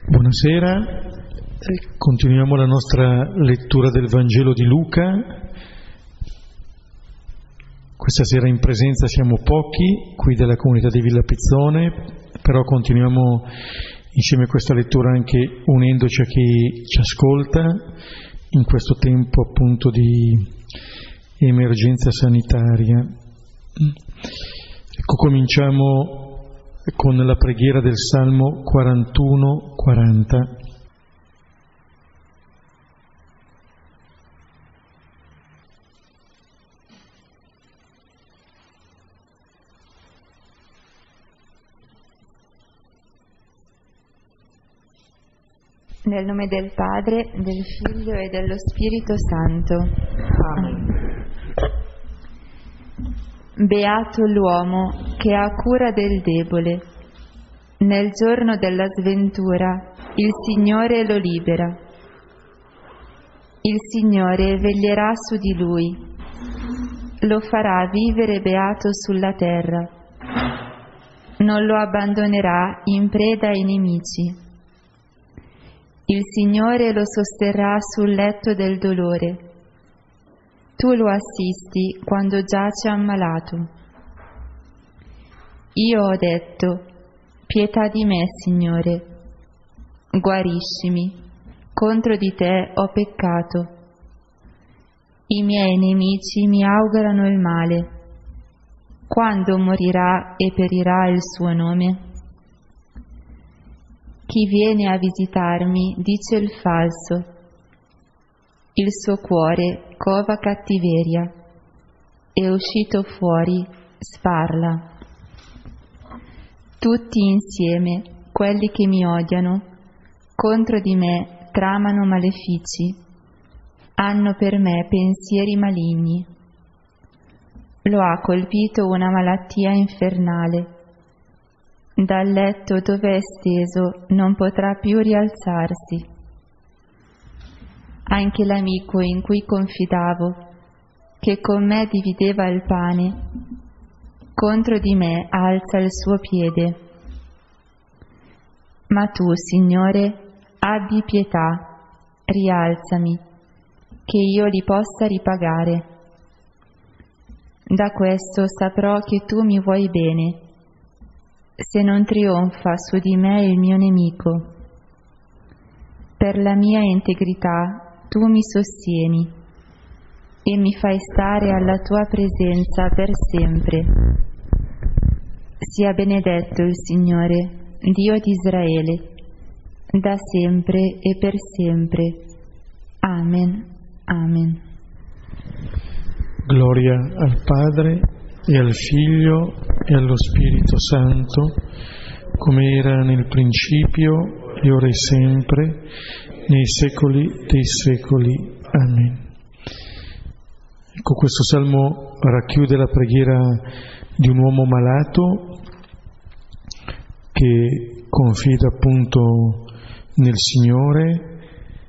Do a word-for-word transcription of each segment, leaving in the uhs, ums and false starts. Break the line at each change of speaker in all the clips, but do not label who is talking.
Buonasera, continuiamo la nostra lettura del Vangelo di Luca. Questa sera in presenza siamo pochi, qui della comunità di Villa Pizzone, però continuiamo insieme a questa lettura anche unendoci a chi ci ascolta in questo tempo appunto di emergenza sanitaria. Ecco, cominciamo con la preghiera del Salmo quarantuno quaranta.
Nel nome del Padre, del Figlio e dello Spirito Santo. Amen. Beato l'uomo che ha cura del debole. Nel giorno della sventura il Signore lo libera. Il Signore veglierà su di lui, lo farà vivere beato sulla terra. Non lo abbandonerà in preda ai nemici. Il Signore lo sosterrà sul letto del dolore. Tu lo assisti quando giace ammalato. Io ho detto, pietà di me, Signore. Guariscimi, contro di te ho peccato. I miei nemici mi augurano il male. Quando morirà e perirà il suo nome? Chi viene a visitarmi dice il falso. Il suo cuore cova cattiveria e uscito fuori sparla. Tutti insieme, quelli che mi odiano, contro di me tramano malefici, hanno per me pensieri maligni. Lo ha colpito una malattia infernale. Dal letto dove è steso non potrà più rialzarsi. Anche l'amico in cui confidavo, che con me divideva il pane, contro di me alza il suo piede. Ma tu, Signore, abbi pietà, rialzami, che io li possa ripagare. Da questo saprò che tu mi vuoi bene, se non trionfa su di me il mio nemico. Per la mia integrità tu mi sostieni e mi fai stare alla tua presenza per sempre. Sia benedetto il Signore, Dio di Israele, da sempre e per sempre. Amen. Amen.
Gloria al Padre e al Figlio e allo Spirito Santo, come era nel principio e ora e sempre, nei secoli dei secoli. Amen. Ecco, questo salmo racchiude la preghiera di un uomo malato che confida appunto nel Signore.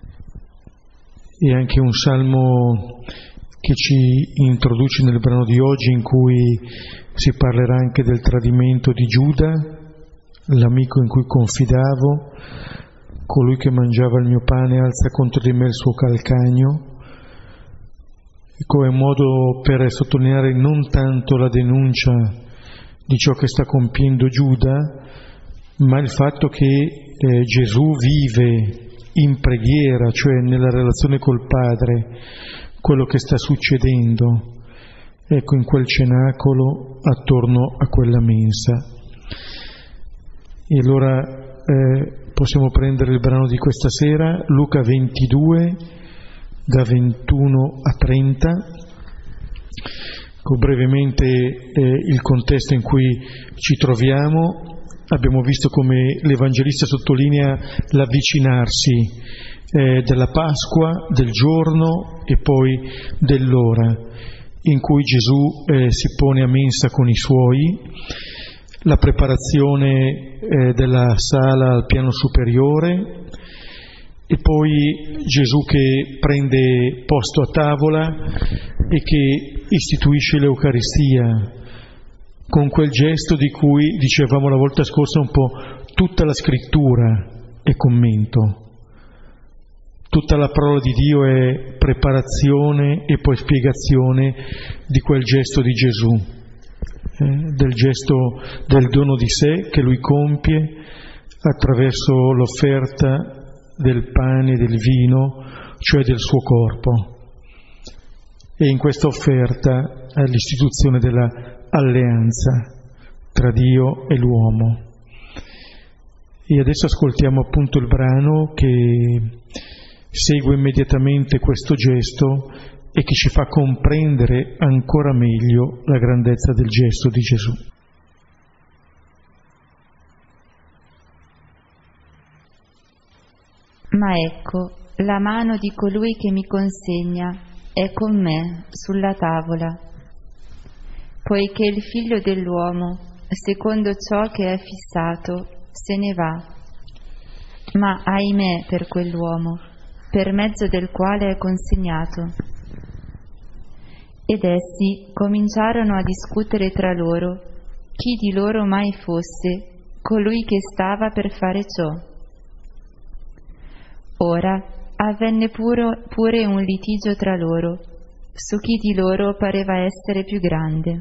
È anche un salmo che ci introduce nel brano di oggi, in cui si parlerà anche del tradimento di Giuda, l'amico in cui confidavo. Colui che mangiava il mio pane alza contro di me il suo calcagno. Ecco, è un modo per sottolineare non tanto la denuncia di ciò che sta compiendo Giuda, ma il fatto che eh, Gesù vive in preghiera, cioè nella relazione col Padre, quello che sta succedendo, ecco, in quel cenacolo attorno a quella mensa. E allora eh, possiamo prendere il brano di questa sera, Luca ventidue, da ventuno a trenta. Ecco, brevemente eh, il contesto in cui ci troviamo. Abbiamo visto come l'Evangelista sottolinea l'avvicinarsi eh, della Pasqua, del giorno e poi dell'ora in cui Gesù eh, si pone a mensa con i Suoi, la preparazione eh, della sala al piano superiore e poi Gesù che prende posto a tavola e che istituisce l'Eucaristia con quel gesto di cui dicevamo la volta scorsa un po' tutta la scrittura è commento. Tutta la parola di Dio è preparazione e poi spiegazione di quel gesto di Gesù, eh, del gesto del dono di sé che Lui compie attraverso l'offerta del pane e del vino, cioè del suo corpo. E in questa offerta è l'istituzione della alleanza tra Dio e l'uomo. E adesso ascoltiamo appunto il brano che segue immediatamente questo gesto e che ci fa comprendere ancora meglio la grandezza del gesto di Gesù.
Ma ecco, la mano di colui che mi consegna è con me sulla tavola, poiché il Figlio dell'uomo, secondo ciò che è fissato, se ne va. Ma ahimè per quell'uomo, per mezzo del quale è consegnato. Ed essi cominciarono a discutere tra loro chi di loro mai fosse colui che stava per fare ciò. Ora avvenne pure, pure un litigio tra loro su chi di loro pareva essere più grande.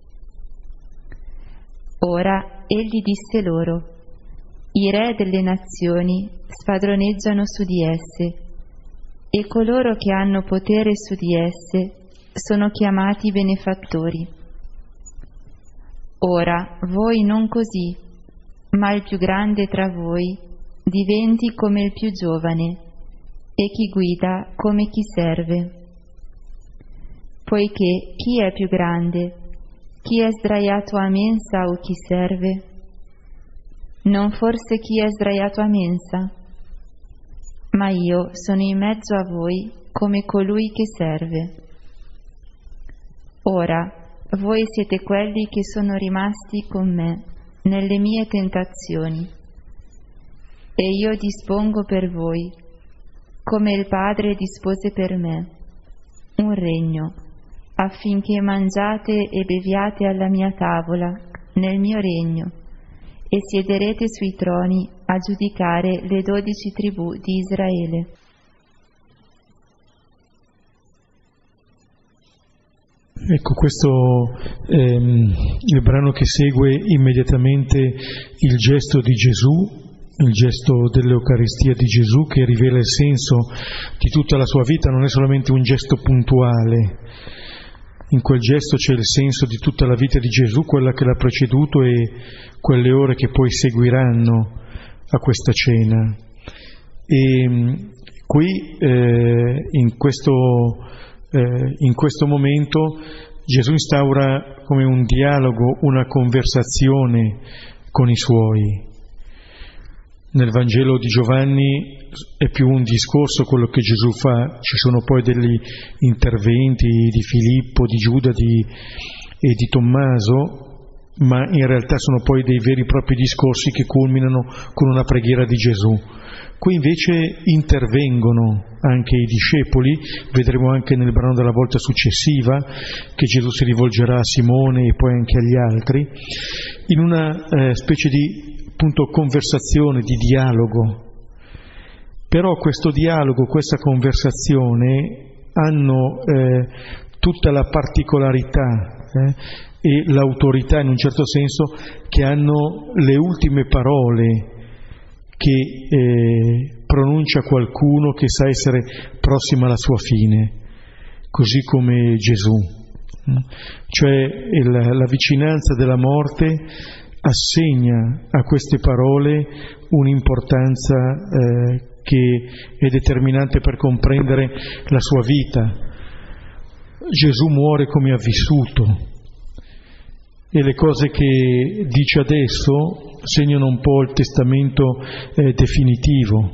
Ora egli disse loro: i re delle nazioni spadroneggiano su di esse, e coloro che hanno potere su di esse sono chiamati benefattori. Ora voi non così, ma il più grande tra voi diventi come il più giovane, e chi guida come chi serve. Poiché chi è più grande? Chi è sdraiato a mensa o chi serve? Non forse chi è sdraiato a mensa? Ma io sono in mezzo a voi come colui che serve. Ora, voi siete quelli che sono rimasti con me nelle mie tentazioni, e io dispongo per voi, come il Padre dispose per me, un regno, affinché mangiate e beviate alla mia tavola, nel mio regno, e siederete sui troni a giudicare le dodici tribù di Israele.
Ecco, questo è il brano che segue immediatamente il gesto di Gesù, il gesto dell'Eucaristia di Gesù, che rivela il senso di tutta la sua vita. Non è solamente un gesto puntuale, in quel gesto c'è il senso di tutta la vita di Gesù, quella che l'ha preceduto e quelle ore che poi seguiranno a questa cena. E qui eh, in questo eh, in questo momento Gesù instaura come un dialogo, una conversazione con i suoi. Nel Vangelo di Giovanni è più un discorso quello che Gesù fa, ci sono poi degli interventi di Filippo, di Giuda di, e di Tommaso, ma in realtà sono poi dei veri e propri discorsi che culminano con una preghiera di Gesù. Qui invece intervengono anche i discepoli, vedremo anche nel brano della volta successiva che Gesù si rivolgerà a Simone e poi anche agli altri, in una eh, specie di appunto conversazione, di dialogo. Però questo dialogo, questa conversazione hanno eh, tutta la particolarità eh, e l'autorità in un certo senso che hanno le ultime parole che eh, pronuncia qualcuno che sa essere prossimo alla sua fine, così come Gesù. Cioè il, la vicinanza della morte assegna a queste parole un'importanza eh, che è determinante per comprendere la sua vita. Gesù muore come ha vissuto e le cose che dice adesso segnano un po' il testamento eh, definitivo.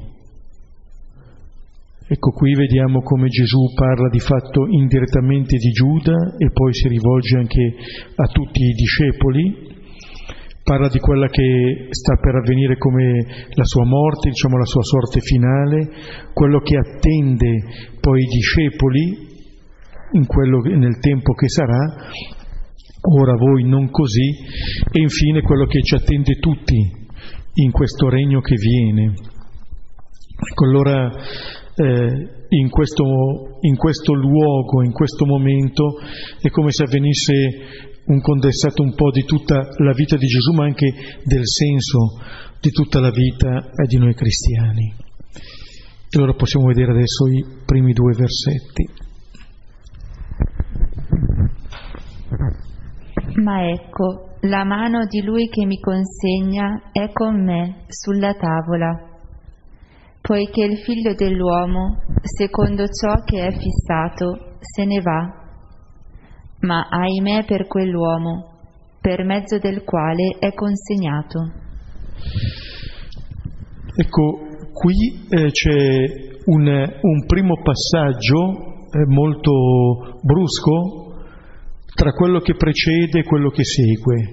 Ecco, qui vediamo come Gesù parla di fatto indirettamente di Giuda e poi si rivolge anche a tutti i discepoli. Parla di quella che sta per avvenire come la sua morte, diciamo la sua sorte finale, quello che attende poi i discepoli in quello, nel tempo che sarà, ora voi non così, e infine quello che ci attende tutti in questo regno che viene. Ecco, allora eh, in, questo, in questo luogo, in questo momento, è come se avvenisse un condensato un po' di tutta la vita di Gesù, ma anche del senso di tutta la vita di noi cristiani. E allora possiamo vedere adesso i primi due versetti.
Ma ecco, la mano di lui che mi consegna è con me sulla tavola, poiché il figlio dell'uomo, secondo ciò che è fissato, se ne va. Ma ahimè per quell'uomo, per mezzo del quale è consegnato.
Ecco, qui eh, c'è un, un primo passaggio eh, molto brusco tra quello che precede e quello che segue.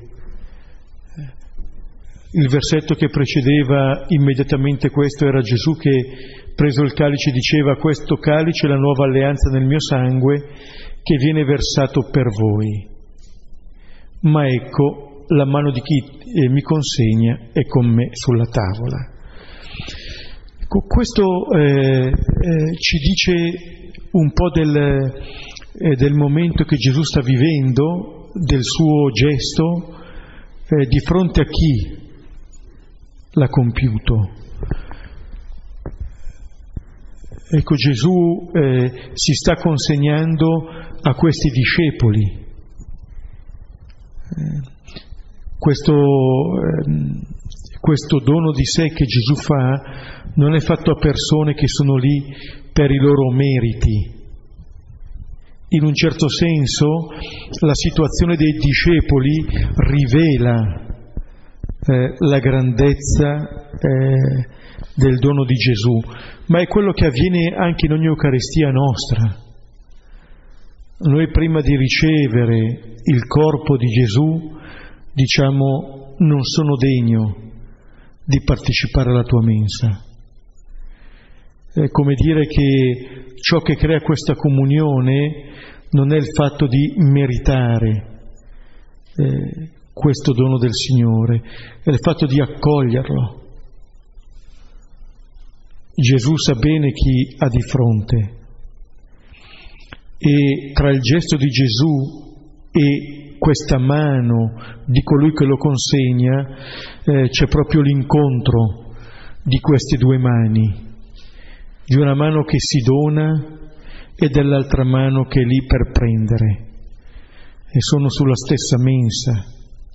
Il versetto che precedeva immediatamente questo era Gesù che, preso il calice, diceva: questo calice è la nuova alleanza nel mio sangue che viene versato per voi. Ma ecco, la mano di chi eh, mi consegna è con me sulla tavola. Ecco, questo eh, eh, ci dice un po' del, eh, del momento che Gesù sta vivendo, del suo gesto, eh, di fronte a chi l'ha compiuto. Ecco, Gesù eh, si sta consegnando a questi discepoli. Eh, questo, eh, questo dono di sé che Gesù fa non è fatto a persone che sono lì per i loro meriti. In un certo senso la situazione dei discepoli rivela eh, la grandezza eh, del dono di Gesù, ma è quello che avviene anche in ogni Eucaristia nostra. Noi prima di ricevere il corpo di Gesù diciamo: non sono degno di partecipare alla tua mensa. È come dire che ciò che crea questa comunione non è il fatto di meritare eh, questo dono del Signore, è il fatto di accoglierlo. Gesù sa bene chi ha di fronte e tra il gesto di Gesù e questa mano di colui che lo consegna eh, c'è proprio l'incontro di queste due mani, di una mano che si dona e dell'altra mano che è lì per prendere, e sono sulla stessa mensa.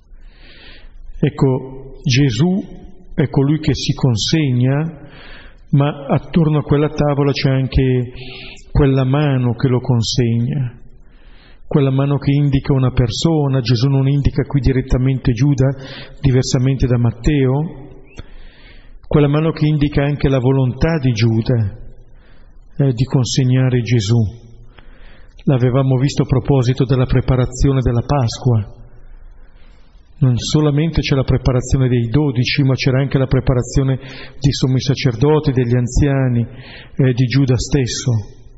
Ecco, Gesù è colui che si consegna, ma attorno a quella tavola c'è anche quella mano che lo consegna, quella mano che indica una persona. Gesù non indica qui direttamente Giuda, diversamente da Matteo, quella mano che indica anche la volontà di Giuda eh, di consegnare Gesù. L'avevamo visto a proposito della preparazione della Pasqua. Non solamente c'è la preparazione dei dodici, ma c'era anche la preparazione dei sommi sacerdoti, degli anziani, eh, di Giuda stesso.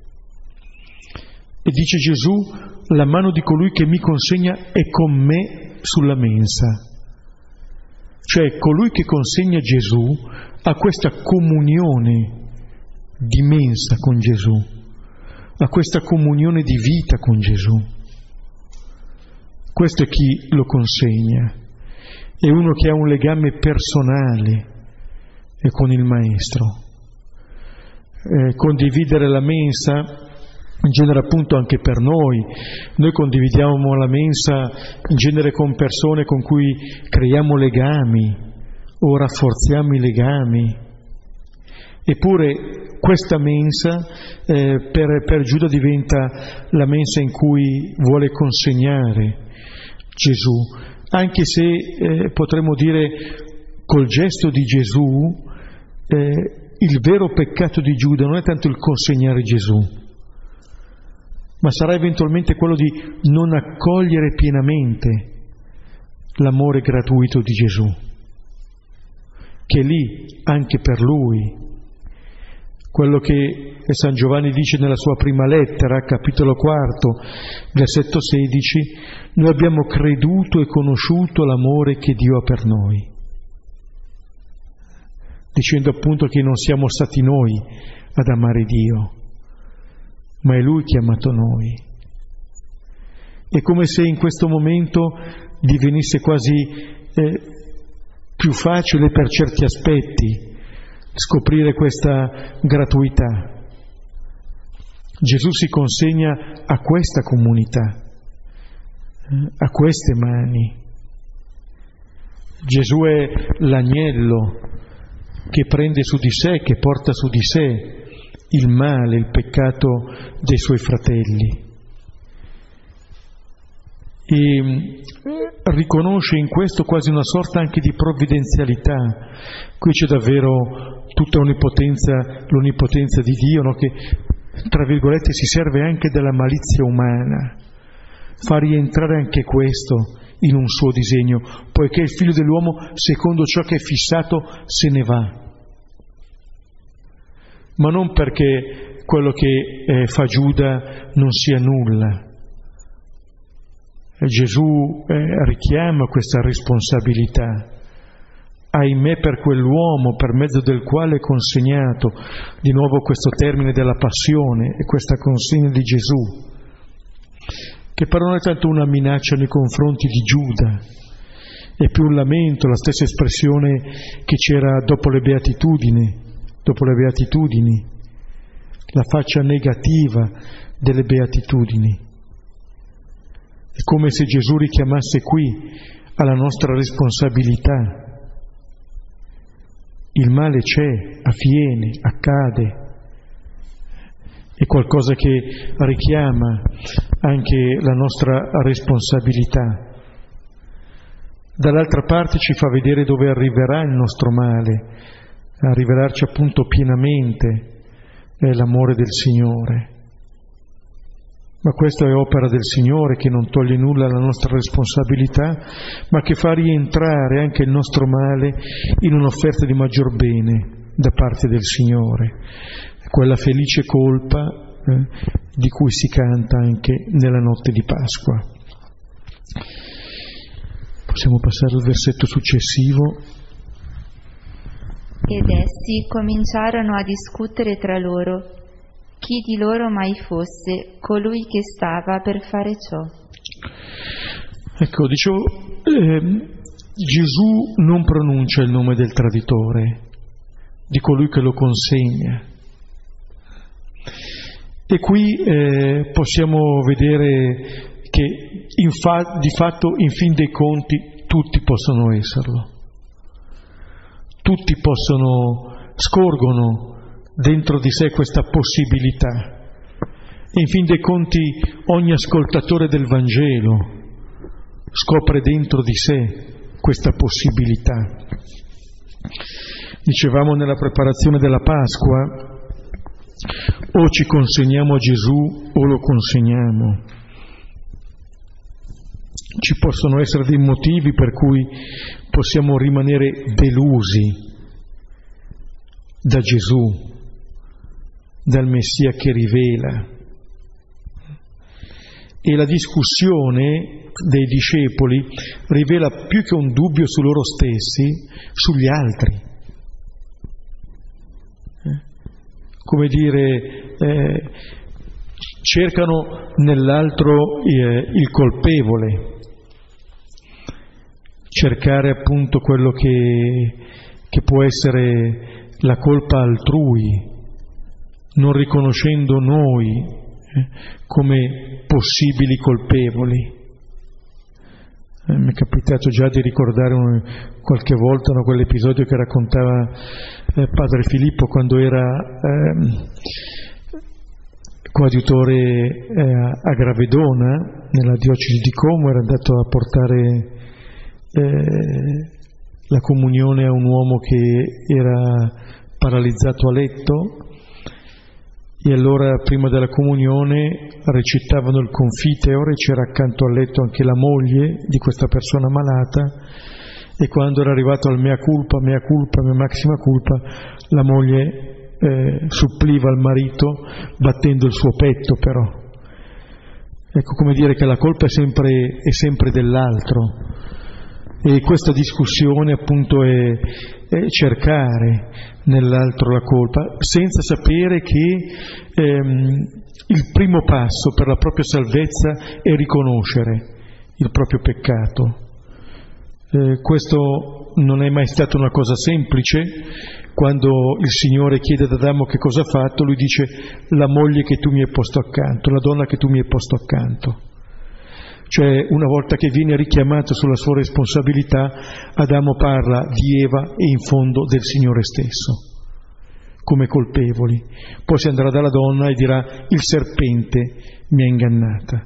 E dice Gesù: la mano di colui che mi consegna è con me sulla mensa. Cioè, colui che consegna Gesù ha questa comunione di mensa con Gesù, ha questa comunione di vita con Gesù. Questo è chi lo consegna, è uno che ha un legame personale con il Maestro. Eh, condividere la mensa in genere appunto anche per noi, noi condividiamo la mensa in genere con persone con cui creiamo legami o rafforziamo i legami. Eppure questa mensa eh, per, per Giuda diventa la mensa in cui vuole consegnare Gesù, anche se eh, potremmo dire col gesto di Gesù eh, il vero peccato di Giuda non è tanto il consegnare Gesù, ma sarà eventualmente quello di non accogliere pienamente l'amore gratuito di Gesù, che è lì anche per lui. Quello che San Giovanni dice nella sua prima lettera, capitolo quarto, versetto sedici: noi abbiamo creduto e conosciuto l'amore che Dio ha per noi. dicendo appunto che non siamo stati noi ad amare Dio, ma è Lui che ha amato noi. È come se in questo momento divenisse quasi eh, più facile per certi aspetti scoprire questa gratuità. Gesù si consegna a questa comunità, a queste mani. Gesù è l'agnello che prende su di sé, che porta su di sé il male, il peccato dei suoi fratelli. E riconosce in questo quasi una sorta anche di provvidenzialità. Qui c'è davvero tutta onnipotenza, l'onnipotenza di Dio, no? Che tra virgolette si serve anche della malizia umana, fa rientrare anche questo in un suo disegno, poiché il figlio dell'uomo, secondo ciò che è fissato, se ne va. Ma non perché quello che eh, fa Giuda non sia nulla. Gesù eh, richiama questa responsabilità. Ahimè per quell'uomo per mezzo del quale è consegnato, di nuovo questo termine della passione e questa consegna di Gesù, che però non è tanto una minaccia nei confronti di Giuda, è più un lamento, la stessa espressione che c'era dopo le beatitudini, dopo le beatitudini, la faccia negativa delle beatitudini. È come se Gesù richiamasse qui alla nostra responsabilità. Il male c'è, avviene, accade, è qualcosa che richiama anche la nostra responsabilità. Dall'altra parte ci fa vedere dove arriverà il nostro male, a rivelarci appunto pienamente eh, l'amore del Signore. Ma questo è opera del Signore, che non toglie nulla alla nostra responsabilità, ma che fa rientrare anche il nostro male in un'offerta di maggior bene da parte del Signore, quella felice colpa eh, di cui si canta anche nella notte di Pasqua. Possiamo passare al versetto successivo.
Ed essi cominciarono a discutere tra loro chi di loro mai fosse colui che stava per fare ciò.
Ecco, dicevo, eh, Gesù non pronuncia il nome del traditore, di colui che lo consegna. E qui eh, possiamo vedere che in fa- di fatto, in fin dei conti, tutti possono esserlo. Tutti possono, scorgono dentro di sé questa possibilità. E in fin dei conti ogni ascoltatore del Vangelo scopre dentro di sé questa possibilità. Dicevamo nella preparazione della Pasqua, o ci consegniamo a Gesù o lo consegniamo. Ci possono essere dei motivi per cui possiamo rimanere delusi da Gesù, dal Messia che rivela. E la discussione dei discepoli rivela più che un dubbio su loro stessi, sugli altri. Eh? Come dire, eh, cercano nell'altro eh, il colpevole, cercare appunto quello che, che può essere la colpa altrui, non riconoscendo noi eh, come possibili colpevoli. Eh, mi è capitato già di ricordare un, qualche volta no, quell'episodio che raccontava eh, padre Filippo quando era eh, coadiutore eh, a Gravedona, nella diocesi di Como, era andato a portare eh, la comunione a un uomo che era paralizzato a letto. E allora prima della comunione recitavano il Confiteor e c'era accanto al letto anche la moglie di questa persona malata, e quando era arrivato al mea culpa, mea culpa, mea maxima culpa, la moglie eh, suppliva al marito battendo il suo petto però. Ecco, come dire che la colpa è sempre, è sempre dell'altro, E questa discussione appunto è, è cercare nell'altro la colpa, senza sapere che ehm, il primo passo per la propria salvezza è riconoscere il proprio peccato. Eh, questo non è mai stata una cosa semplice. Quando il Signore chiede ad Adamo che cosa ha fatto, lui dice: la moglie che tu mi hai posto accanto, la donna che tu mi hai posto accanto. Cioè, una volta che viene richiamato sulla sua responsabilità, Adamo parla di Eva e in fondo del Signore stesso, come colpevoli. Poi si andrà dalla donna e dirà: il serpente mi ha ingannata.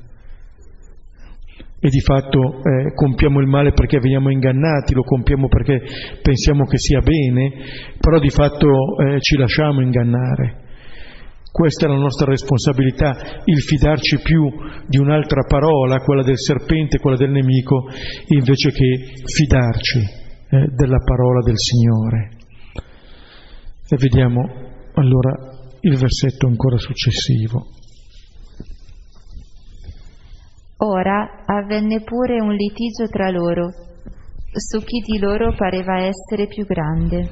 E di fatto eh, compiamo il male perché veniamo ingannati, lo compiamo perché pensiamo che sia bene, però di fatto eh, ci lasciamo ingannare. Questa è la nostra responsabilità, il fidarci più di un'altra parola, quella del serpente, quella del nemico, invece che fidarci eh, della parola del Signore. E vediamo allora il versetto ancora successivo.
Ora avvenne pure un litigio tra loro, su chi di loro pareva essere più grande.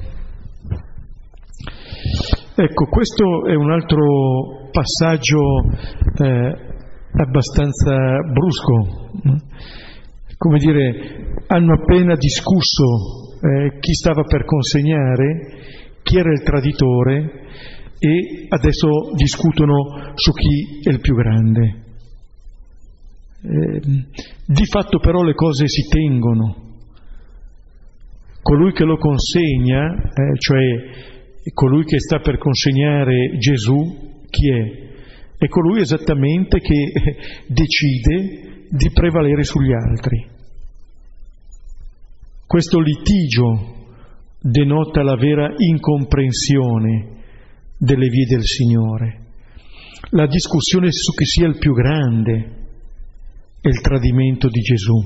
Ecco, questo è un altro passaggio eh, abbastanza brusco. Come dire, hanno appena discusso eh, chi stava per consegnare, chi era il traditore, e adesso discutono su chi è il più grande. Eh, di fatto però le cose si tengono. Colui che lo consegna, eh, cioè colui che sta per consegnare Gesù, chi è? È colui esattamente che eh, decide di prevalere sugli altri. Questo litigio denota la vera incomprensione delle vie del Signore. La discussione su chi sia il più grande è il tradimento di Gesù.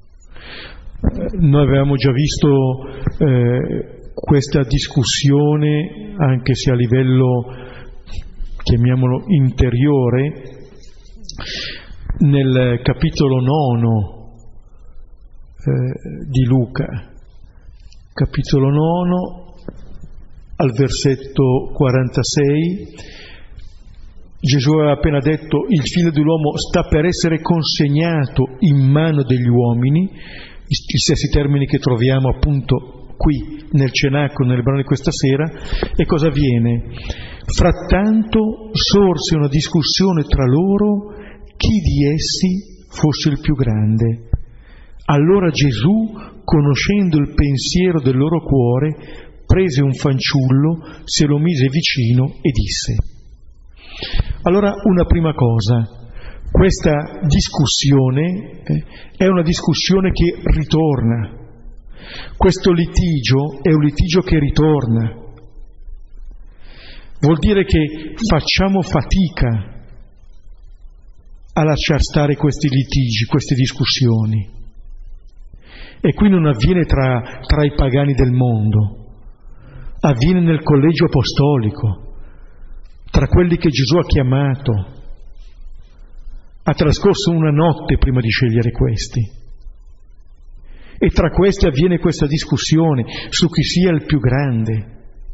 Noi avevamo già visto eh, questa discussione, anche se a livello, chiamiamolo, interiore, nel capitolo nono eh, di Luca, capitolo nono, al versetto quarantasei. Gesù aveva appena detto: il figlio dell'uomo sta per essere consegnato in mano degli uomini, gli stessi termini che troviamo appunto qui nel cenacolo, nel brano di questa sera. E cosa avviene? Frattanto sorse una discussione tra loro chi di essi fosse il più grande. Allora Gesù, conoscendo il pensiero del loro cuore, prese un fanciullo, se lo mise vicino e disse. Allora, una prima cosa, questa discussione eh, è una discussione che ritorna. Questo litigio è un litigio che ritorna. Vuol dire che facciamo fatica a lasciar stare questi litigi, queste discussioni. E qui non avviene tra, tra i pagani del mondo, avviene nel collegio apostolico, tra quelli che Gesù ha chiamato. Ha trascorso una notte prima di scegliere questi. E tra questi avviene questa discussione su chi sia il più grande.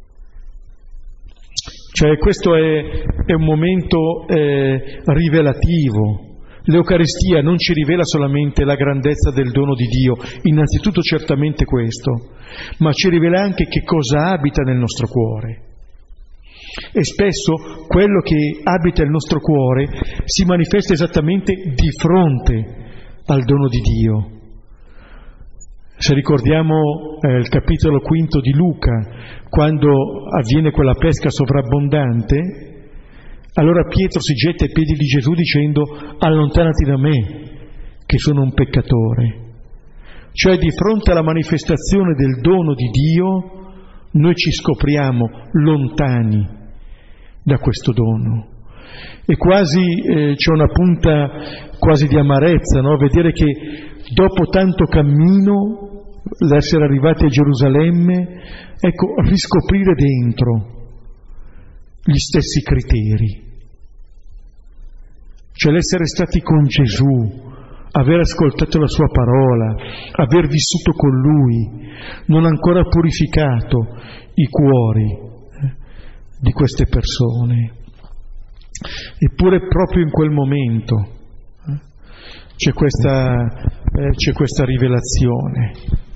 Cioè questo è, è un momento eh, rivelativo. L'Eucaristia non ci rivela solamente la grandezza del dono di Dio, innanzitutto certamente questo, ma ci rivela anche che cosa abita nel nostro cuore. E spesso quello che abita il nostro cuore si manifesta esattamente di fronte al dono di Dio. Se ricordiamo eh, il capitolo quinto di Luca, quando avviene quella pesca sovrabbondante, allora Pietro si getta ai piedi di Gesù dicendo: allontanati da me, che sono un peccatore. Cioè di fronte alla manifestazione del dono di Dio noi ci scopriamo lontani da questo dono. E quasi eh, c'è una punta quasi di amarezza, no? Vedere che dopo tanto cammino, l'essere arrivati a Gerusalemme, ecco, riscoprire dentro gli stessi criteri. Cioè l'essere stati con Gesù aver ascoltato la sua parola, aver vissuto con lui, non ha ancora purificato i cuori eh, di queste persone. Eppure proprio in quel momento eh, c'è questa, eh, c'è questa rivelazione.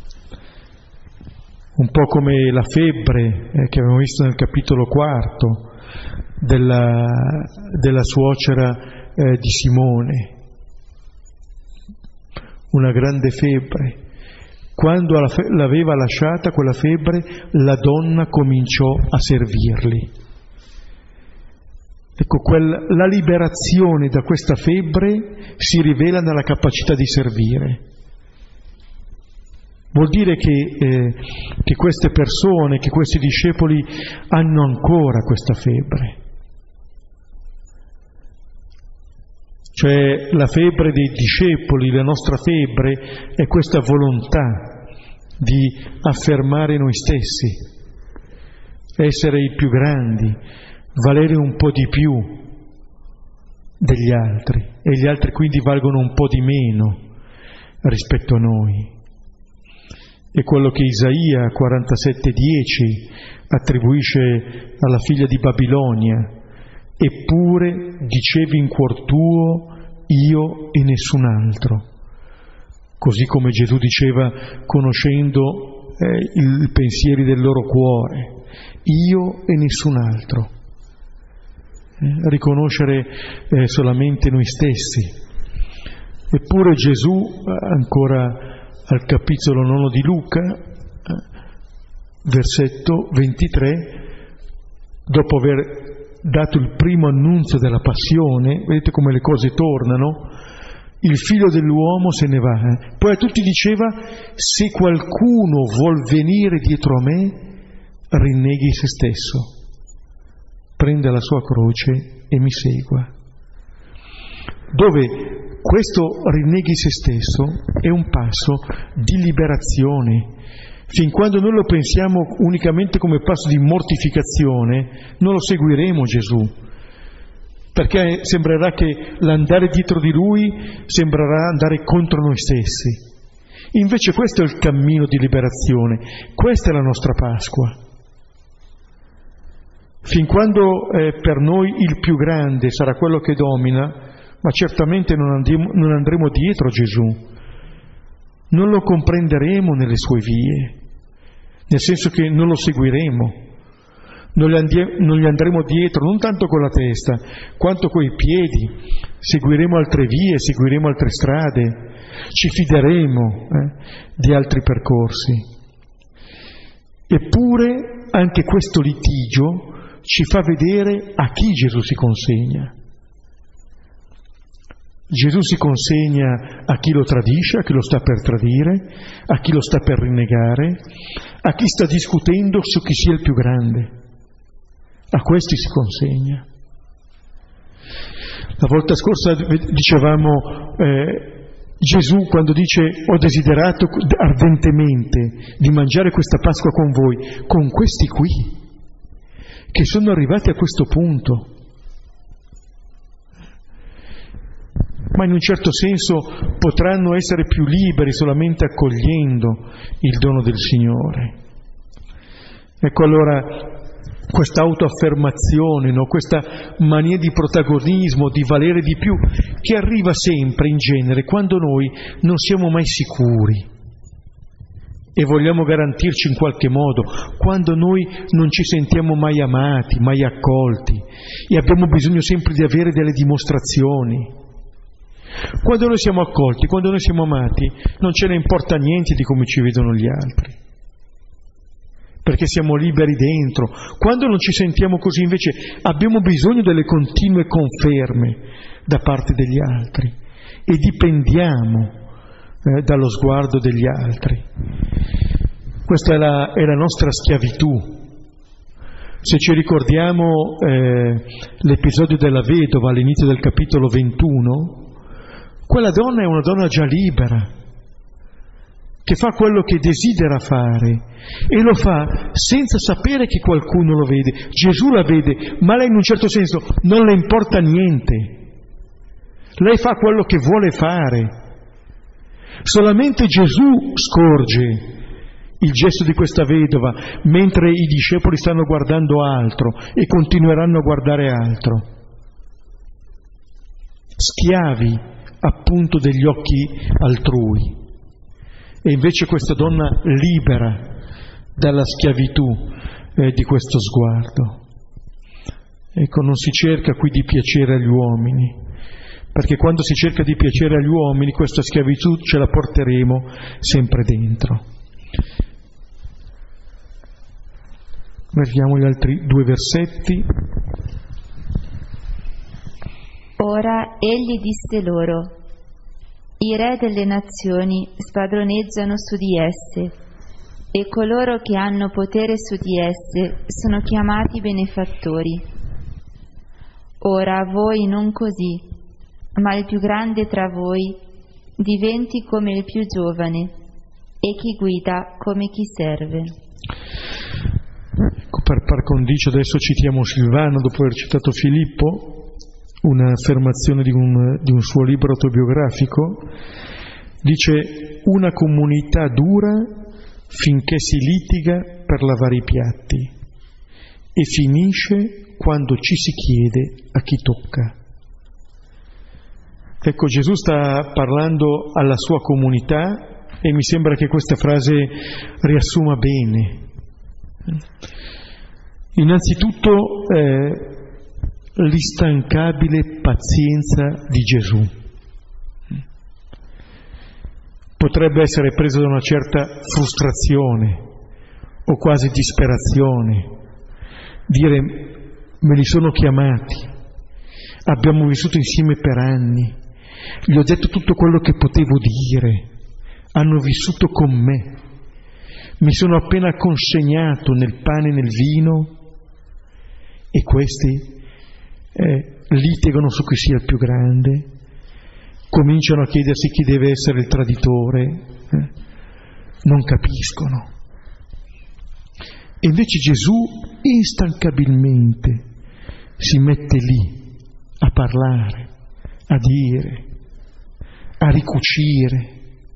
Un po' come la febbre eh, che abbiamo visto nel capitolo quarto della, della suocera eh, di Simone. Una grande febbre. Quando l'aveva lasciata quella febbre, la donna cominciò a servirli. Ecco, quel, la liberazione da questa febbre si rivela nella capacità di servire. Vuol dire che, eh, che queste persone, che questi discepoli hanno ancora questa febbre. Cioè la febbre dei discepoli, la nostra febbre è questa volontà di affermare noi stessi, essere i più grandi, valere un po' di più degli altri e gli altri quindi valgono un po' di meno rispetto a noi. È quello che Isaia quarantasette dieci attribuisce alla figlia di Babilonia. Eppure dicevi in cuor tuo io e nessun altro. Così come Gesù diceva conoscendo eh, i pensieri del loro cuore, io e nessun altro. Eh, riconoscere eh, solamente noi stessi. Eppure Gesù, ancora al capitolo nono di Luca, eh, versetto ventitré, dopo aver dato il primo annunzio della passione, vedete come le cose tornano, il figlio dell'uomo se ne va. Eh. Poi a tutti diceva, se qualcuno vuol venire dietro a me, rinneghi se stesso, prenda la sua croce e mi segua. Dove questo rinneghi se stesso è un passo di liberazione. Fin quando noi lo pensiamo unicamente come passo di mortificazione, non lo seguiremo Gesù, perché sembrerà che l'andare dietro di Lui sembrerà andare contro noi stessi. Invece questo è il cammino di liberazione, questa è la nostra Pasqua. Fin quando eh, per noi il più grande sarà quello che domina, ma certamente non andremo, non andremo dietro Gesù, non lo comprenderemo nelle sue vie. Nel senso che non lo seguiremo, non gli, andie, non gli andremo dietro, non tanto con la testa, quanto coi piedi, seguiremo altre vie, seguiremo altre strade, ci fideremo eh, di altri percorsi. Eppure anche questo litigio ci fa vedere a chi Gesù si consegna. Gesù si consegna a chi lo tradisce, a chi lo sta per tradire, a chi lo sta per rinnegare, a chi sta discutendo su chi sia il più grande. A questi si consegna. La volta scorsa dicevamo eh, Gesù quando dice ho desiderato ardentemente di mangiare questa Pasqua con voi, con questi qui, che sono arrivati a questo punto. Ma in un certo senso potranno essere più liberi solamente accogliendo il dono del Signore. Ecco allora questa autoaffermazione, no? Questa mania di protagonismo, di valere di più, che arriva sempre in genere quando noi non siamo mai sicuri e vogliamo garantirci in qualche modo, quando noi non ci sentiamo mai amati, mai accolti e abbiamo bisogno sempre di avere delle dimostrazioni. Quando noi siamo accolti, quando noi siamo amati, non ce ne importa niente di come ci vedono gli altri, perché siamo liberi dentro. Quando non ci sentiamo così, invece, abbiamo bisogno delle continue conferme da parte degli altri e dipendiamo eh, dallo sguardo degli altri. Questa è la, è la nostra schiavitù. Se ci ricordiamo eh, l'episodio della vedova all'inizio del capitolo ventuno, quella donna è una donna già libera, che fa quello che desidera fare e lo fa senza sapere che qualcuno lo vede. Gesù la vede, ma lei in un certo senso non le importa niente. Lei fa quello che vuole fare, Solamente Gesù scorge il gesto di questa vedova, mentre i discepoli stanno guardando altro e continueranno a guardare altro. Schiavi appunto degli occhi altrui. E invece questa donna libera dalla schiavitù eh, di questo sguardo. Ecco, non si cerca qui di piacere agli uomini, perché quando si cerca di piacere agli uomini questa schiavitù ce la porteremo sempre dentro. Vediamo gli altri due versetti.
Ora egli disse loro: i re delle nazioni spadroneggiano su di esse, e coloro che hanno potere su di esse sono chiamati benefattori. Ora voi non così, ma il più grande tra voi diventi come il più giovane, e chi guida come chi serve.
Ecco, per par condicio adesso citiamo Silvano, dopo aver citato Filippo, un'affermazione di un, di un suo libro autobiografico. Dice: una comunità dura finché si litiga per lavare i piatti e finisce quando ci si chiede a chi tocca. Ecco, Gesù sta parlando alla sua comunità e mi sembra che questa frase riassuma bene. Innanzitutto eh, l'instancabile pazienza di Gesù. Potrebbe essere preso da una certa frustrazione o quasi disperazione, dire: me li sono chiamati, abbiamo vissuto insieme per anni, gli ho detto tutto quello che potevo dire, hanno vissuto con me, mi sono appena consegnato nel pane e nel vino e questi eh, litigano su chi sia il più grande, cominciano a chiedersi chi deve essere il traditore, eh? non capiscono. E invece Gesù instancabilmente si mette lì a parlare, a dire, a ricucire,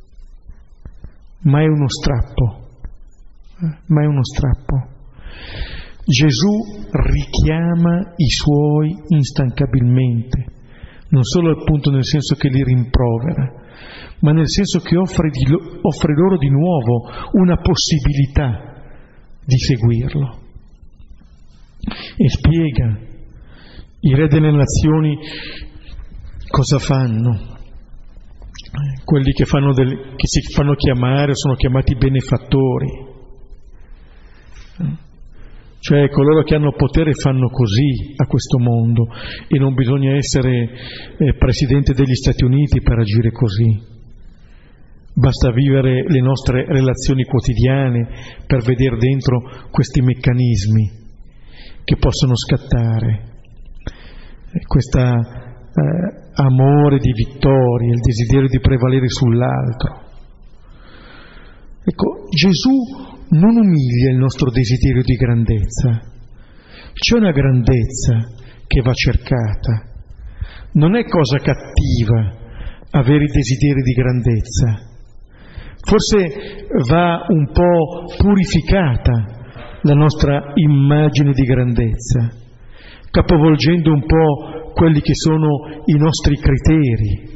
ma è uno strappo, eh? ma è uno strappo. Gesù richiama i suoi instancabilmente, non solo appunto nel senso che li rimprovera, ma nel senso che offre, di lo, offre loro di nuovo una possibilità di seguirlo. E spiega: i re delle nazioni cosa fanno? Quelli che, fanno del, che si fanno chiamare sono chiamati benefattori. Cioè coloro che hanno potere fanno così a questo mondo, e non bisogna essere eh, presidente degli Stati Uniti per agire così. Basta vivere le nostre relazioni quotidiane per vedere dentro questi meccanismi che possono scattare. Questo eh, amore di vittoria, il desiderio di prevalere sull'altro. Ecco, Gesù non umilia il nostro desiderio di grandezza. C'è una grandezza che va cercata. Non è cosa cattiva avere i desideri di grandezza. Forse va un po' purificata la nostra immagine di grandezza, capovolgendo un po' quelli che sono i nostri criteri.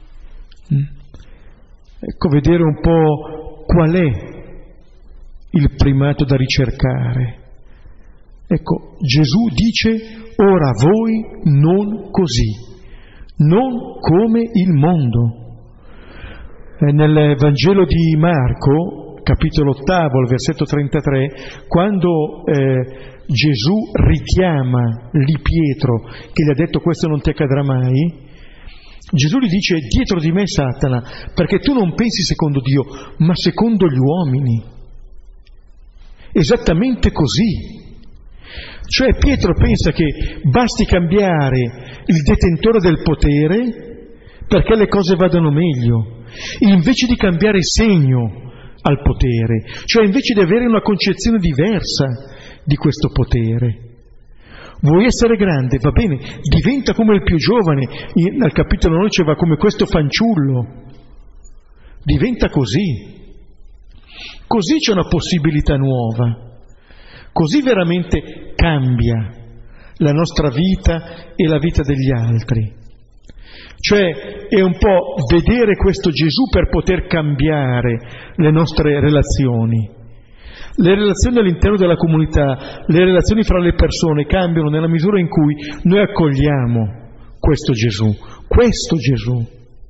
Ecco, vedere un po' qual è il primato da ricercare. Ecco, Gesù dice: ora voi non così, non come il mondo. E nel Vangelo di Marco, capitolo ottavo, al versetto trentatré, quando eh, Gesù richiama lì Pietro, che gli ha detto: questo non ti accadrà mai, Gesù gli dice: dietro di me Satana, perché tu non pensi secondo Dio, ma secondo gli uomini. Esattamente così. Cioè Pietro pensa che basti cambiare il detentore del potere perché le cose vadano meglio, invece di cambiare segno al potere, cioè invece di avere una concezione diversa di questo potere. Vuoi essere grande? Va bene, diventa come il più giovane. Nel capitolo nove diceva come questo fanciullo. Diventa così. Così c'è una possibilità nuova. Così veramente cambia la nostra vita e la vita degli altri. Cioè è un po' vedere questo Gesù per poter cambiare le nostre relazioni. Le relazioni all'interno della comunità, le relazioni fra le persone cambiano nella misura in cui noi accogliamo questo Gesù, questo Gesù,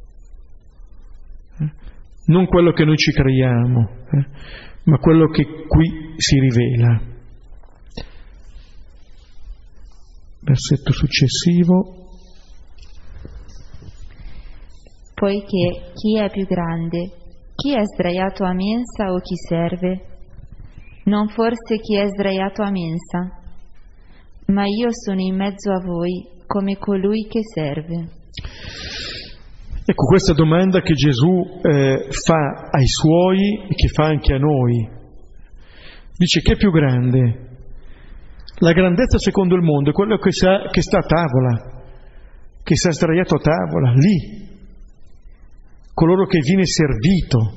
eh? Non quello che noi ci creiamo, eh? ma quello che qui si rivela. Versetto successivo.
Poiché chi è più grande? Chi è sdraiato a mensa o chi serve? Non forse chi è sdraiato a mensa? Ma io sono in mezzo a voi come colui che serve.
Ecco questa domanda che Gesù eh, fa ai suoi e che fa anche a noi. Dice: chi è più grande? La grandezza secondo il mondo è quello che sta, che sta a tavola, che sta sdraiato a tavola, lì. Coloro che viene servito.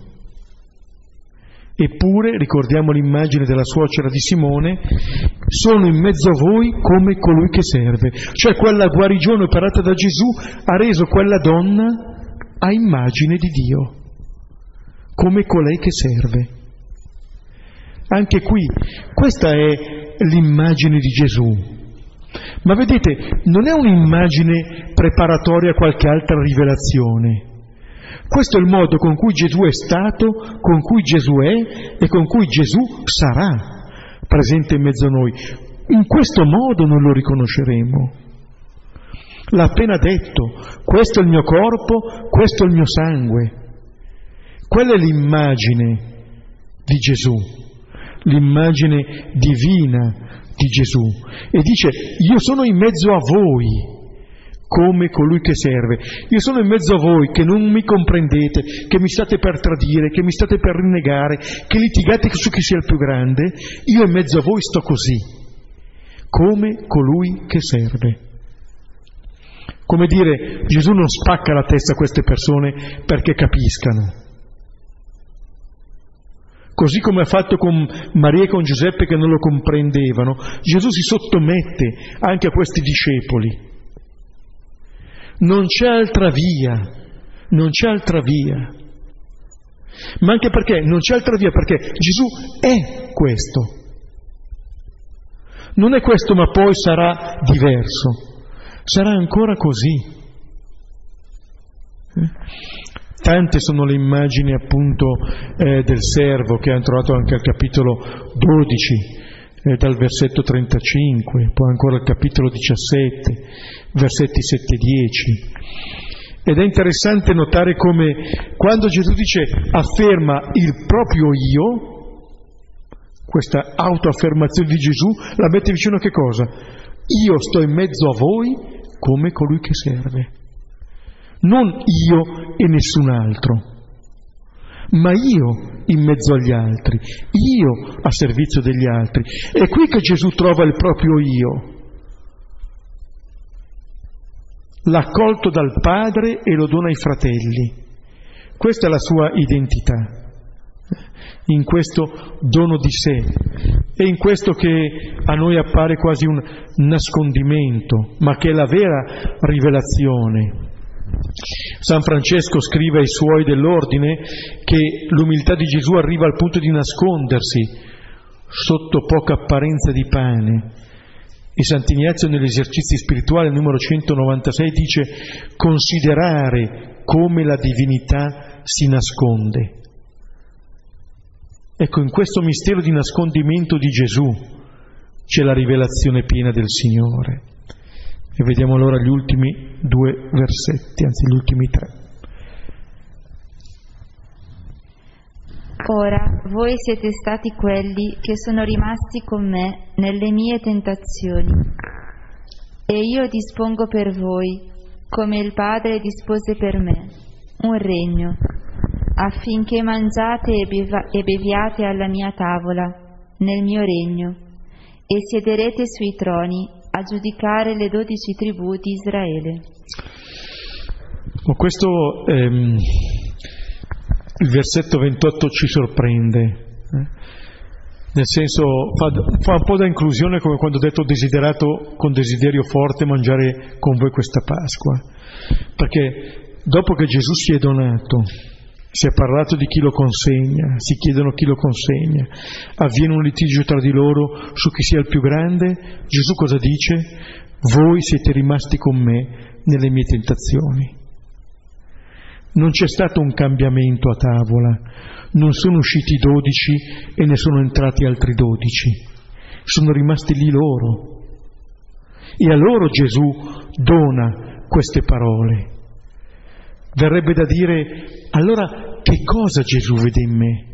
Eppure, ricordiamo l'immagine della suocera di Simone, sono in mezzo a voi come colui che serve. Cioè quella guarigione operata da Gesù ha reso quella donna a immagine di Dio, come colei che serve. Anche qui, questa è l'immagine di Gesù. Ma vedete, non è un'immagine preparatoria a qualche altra rivelazione. Questo è il modo con cui Gesù è stato, con cui Gesù è e con cui Gesù sarà presente in mezzo a noi. In questo modo noi lo riconosceremo. L'ha appena detto: questo è il mio corpo, questo è il mio sangue. Quella è l'immagine di Gesù, l'immagine divina di Gesù. E dice: io sono in mezzo a voi come colui che serve. Io sono in mezzo a voi che non mi comprendete, che mi state per tradire, che mi state per rinnegare, che litigate su chi sia il più grande. Io in mezzo a voi sto così, come colui che serve. Come dire, Gesù non spacca la testa a queste persone perché capiscano. Così come ha fatto con Maria e con Giuseppe che non lo comprendevano, Gesù si sottomette anche a questi discepoli. Non c'è altra via, non c'è altra via. Ma anche perché non c'è altra via, perché Gesù è questo. Non è questo, ma poi sarà diverso. Sarà ancora così. Tante sono le immagini appunto eh, del servo che hanno trovato anche al capitolo dodici. Dal versetto trentacinque, poi ancora al capitolo diciassette, versetti sette e dieci. Ed è interessante notare come quando Gesù dice afferma il proprio io, questa autoaffermazione di Gesù la mette vicino a che cosa? Io sto in mezzo a voi come colui che serve. Non io e nessun altro, ma io in mezzo agli altri, io a servizio degli altri. È qui che Gesù trova il proprio io, l'ha accolto dal Padre e lo dona ai fratelli. Questa è la sua identità, in questo dono di sé, e in questo che a noi appare quasi un nascondimento, ma che è la vera rivelazione. San Francesco scrive ai suoi dell'ordine che l'umiltà di Gesù arriva al punto di nascondersi sotto poca apparenza di pane. E Sant'Ignazio negli esercizi spirituali numero centonovantasei dice: considerare come la divinità si nasconde. Ecco, in questo mistero di nascondimento di Gesù c'è la rivelazione piena del Signore. E vediamo allora gli ultimi due versetti, anzi gli ultimi tre.
Ora voi siete stati quelli che sono rimasti con me nelle mie tentazioni, e io dispongo per voi, come il Padre dispose per me, un regno, affinché mangiate e, beva- e beviate alla mia tavola, nel mio regno, e siederete sui troni a giudicare le dodici tribù di Israele.
Ma questo ehm, il versetto ventotto ci sorprende, eh? Nel senso fa, fa un po' da inclusione, come quando ho detto ho desiderato con desiderio forte mangiare con voi questa Pasqua, perché dopo che Gesù si è donato, si è parlato di chi lo consegna, si chiedono chi lo consegna, avviene un litigio tra di loro su chi sia il più grande, Gesù cosa dice? Voi siete rimasti con me nelle mie tentazioni. Non c'è stato un cambiamento a tavola, non sono usciti i dodici e ne sono entrati altri dodici, sono rimasti lì loro. E a loro Gesù dona queste parole. Verrebbe da dire, allora che cosa Gesù vede in me?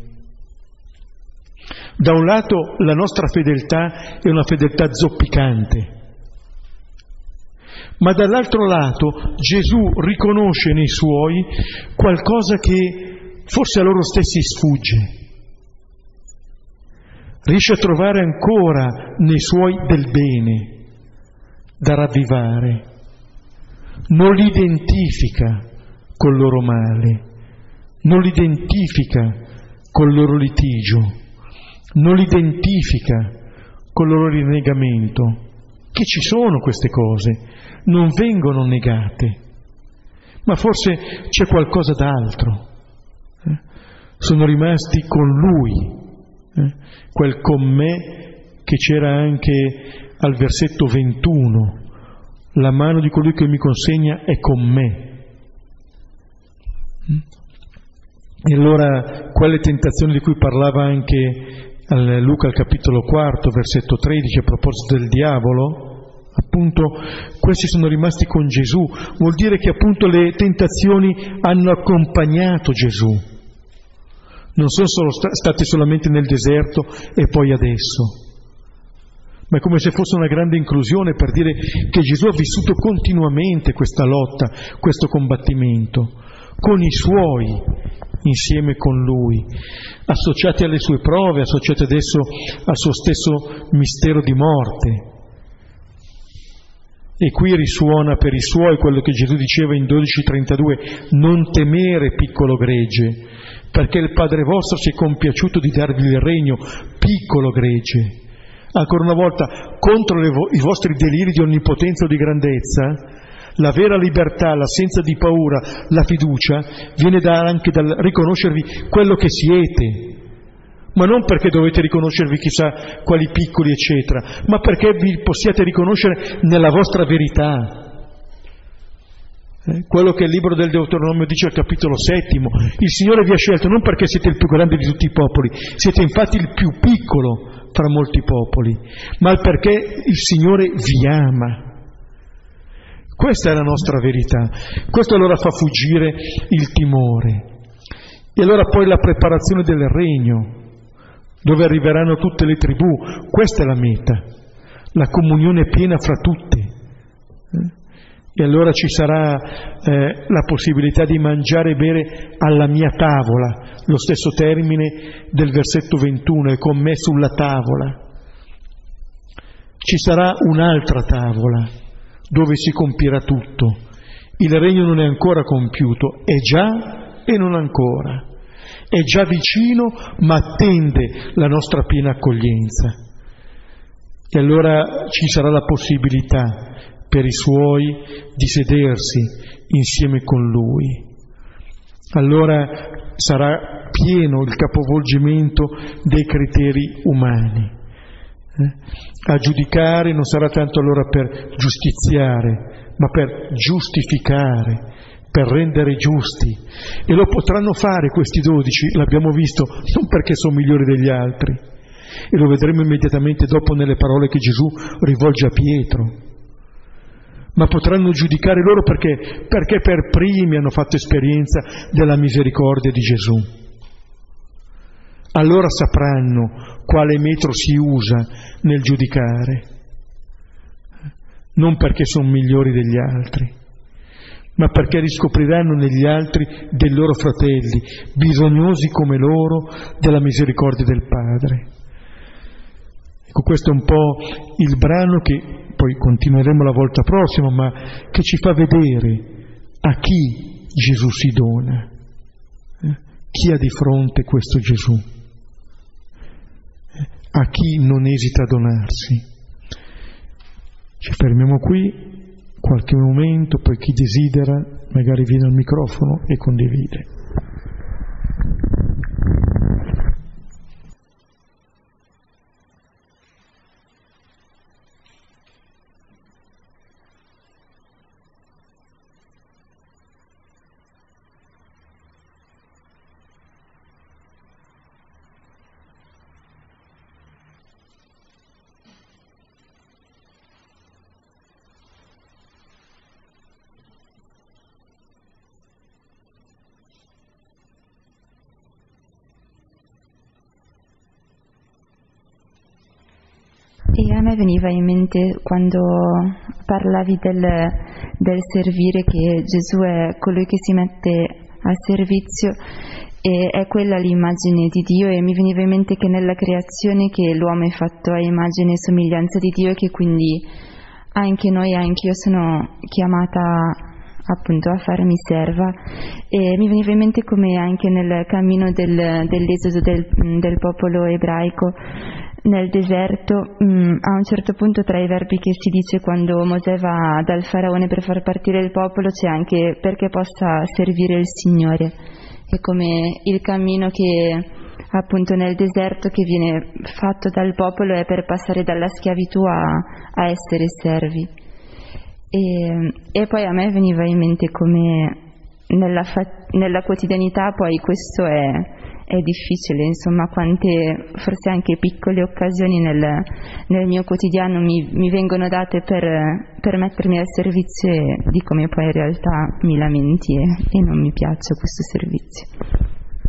Da un lato la nostra fedeltà è una fedeltà zoppicante, ma dall'altro lato Gesù riconosce nei Suoi qualcosa che forse a loro stessi sfugge. Riesce a trovare ancora nei Suoi del bene da ravvivare. Non li identifica col loro male, non li identifica col loro litigio, non li identifica col loro rinnegamento, che ci sono queste cose, non vengono negate, ma forse c'è qualcosa d'altro. Eh? Sono rimasti con Lui, eh? quel con me che c'era anche al versetto ventuno, la mano di colui che mi consegna è con me. E allora quelle tentazioni di cui parlava anche Luca al capitolo quarto, versetto tredici, a proposito del diavolo, appunto questi sono rimasti con Gesù, vuol dire che appunto le tentazioni hanno accompagnato Gesù, non sono solo st- stati solamente nel deserto e poi adesso, ma è come se fosse una grande inclusione per dire che Gesù ha vissuto continuamente questa lotta, questo combattimento, con i Suoi, insieme con Lui, associati alle Sue prove, associati adesso al Suo stesso mistero di morte. E qui risuona per i Suoi quello che Gesù diceva in dodici trentadue, non temere, piccolo gregge, perché il Padre vostro si è compiaciuto di darvi il regno, piccolo gregge. Ancora una volta, contro le vo- i vostri deliri di onnipotenza o di grandezza, la vera libertà, l'assenza di paura, la fiducia, viene da, anche dal riconoscervi quello che siete, ma non perché dovete riconoscervi chissà quali piccoli eccetera, ma perché vi possiate riconoscere nella vostra verità. Eh? Quello che il libro del Deuteronomio dice al capitolo settimo, il Signore vi ha scelto non perché siete il più grande di tutti i popoli, siete infatti il più piccolo fra molti popoli, ma perché il Signore vi ama. Questa è la nostra verità, questo allora fa fuggire il timore. E allora poi la preparazione del regno, dove arriveranno tutte le tribù, questa è la meta, la comunione piena fra tutte. E allora ci sarà eh, la possibilità di mangiare e bere alla mia tavola, lo stesso termine del versetto ventuno, è con me sulla tavola. Ci sarà un'altra tavola, dove si compirà tutto. Il regno non è ancora compiuto, è già e non ancora. È già vicino, ma attende la nostra piena accoglienza. E allora ci sarà la possibilità per i Suoi di sedersi insieme con Lui. Allora sarà pieno il capovolgimento dei criteri umani. A giudicare non sarà tanto allora per giustiziare, ma per giustificare, per rendere giusti. E lo potranno fare questi dodici, l'abbiamo visto, non perché sono migliori degli altri, e lo vedremo immediatamente dopo nelle parole che Gesù rivolge a Pietro, ma potranno giudicare loro perché, perché per primi hanno fatto esperienza della misericordia di Gesù. Allora sapranno quale metro si usa nel giudicare, non perché sono migliori degli altri, ma perché riscopriranno negli altri dei loro fratelli, bisognosi come loro della misericordia del Padre. Ecco, questo è un po' il brano che poi continueremo la volta prossima, ma che ci fa vedere a chi Gesù si dona. chi ha di fronte questo Gesù, a chi non esita a donarsi. Ci fermiamo qui qualche momento, poi chi desidera magari viene al microfono e condivide.
E a me veniva in mente, quando parlavi del, del servire, che Gesù è colui che si mette a servizio e è quella l'immagine di Dio, e mi veniva in mente che nella creazione che l'uomo è fatto a immagine e somiglianza di Dio, e che quindi anche noi, anche io sono chiamata appunto a farmi serva. E mi veniva in mente come anche nel cammino del, dell'esodo del, del popolo ebraico nel deserto, mh, a un certo punto, tra i verbi che si dice quando Mosè va dal faraone per far partire il popolo, c'è anche perché possa servire il Signore. È come il cammino che appunto nel deserto che viene fatto dal popolo è per passare dalla schiavitù a, a essere servi. E, e poi a me veniva in mente come nella, fa- nella quotidianità poi questo è, è difficile, insomma, quante forse anche piccole occasioni nel, nel mio quotidiano mi, mi vengono date per, per mettermi al servizio, e di come poi in realtà mi lamenti e, e non mi piace questo servizio.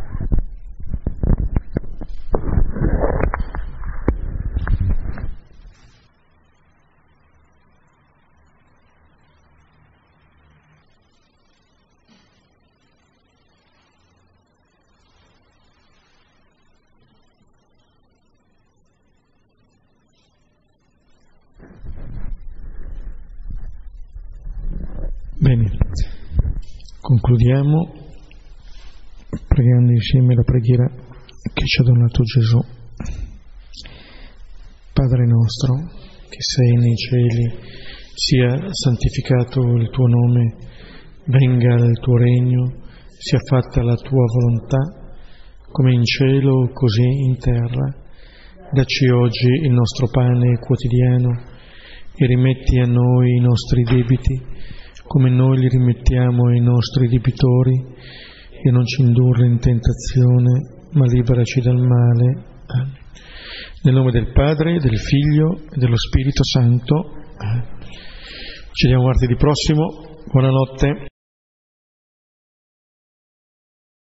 Bene, concludiamo pregando insieme la preghiera che ci ha donato Gesù. Padre nostro, che sei nei cieli, sia santificato il tuo nome, venga il tuo regno, sia fatta la tua volontà, come in cielo così in terra. Dacci oggi il nostro pane quotidiano e rimetti a noi i nostri debiti, come noi li rimettiamo ai nostri debitori, e non ci indurre in tentazione, ma liberaci dal male. Amen. Nel nome del Padre, del Figlio e dello Spirito Santo. Amen. Ci vediamo martedì prossimo. Buonanotte.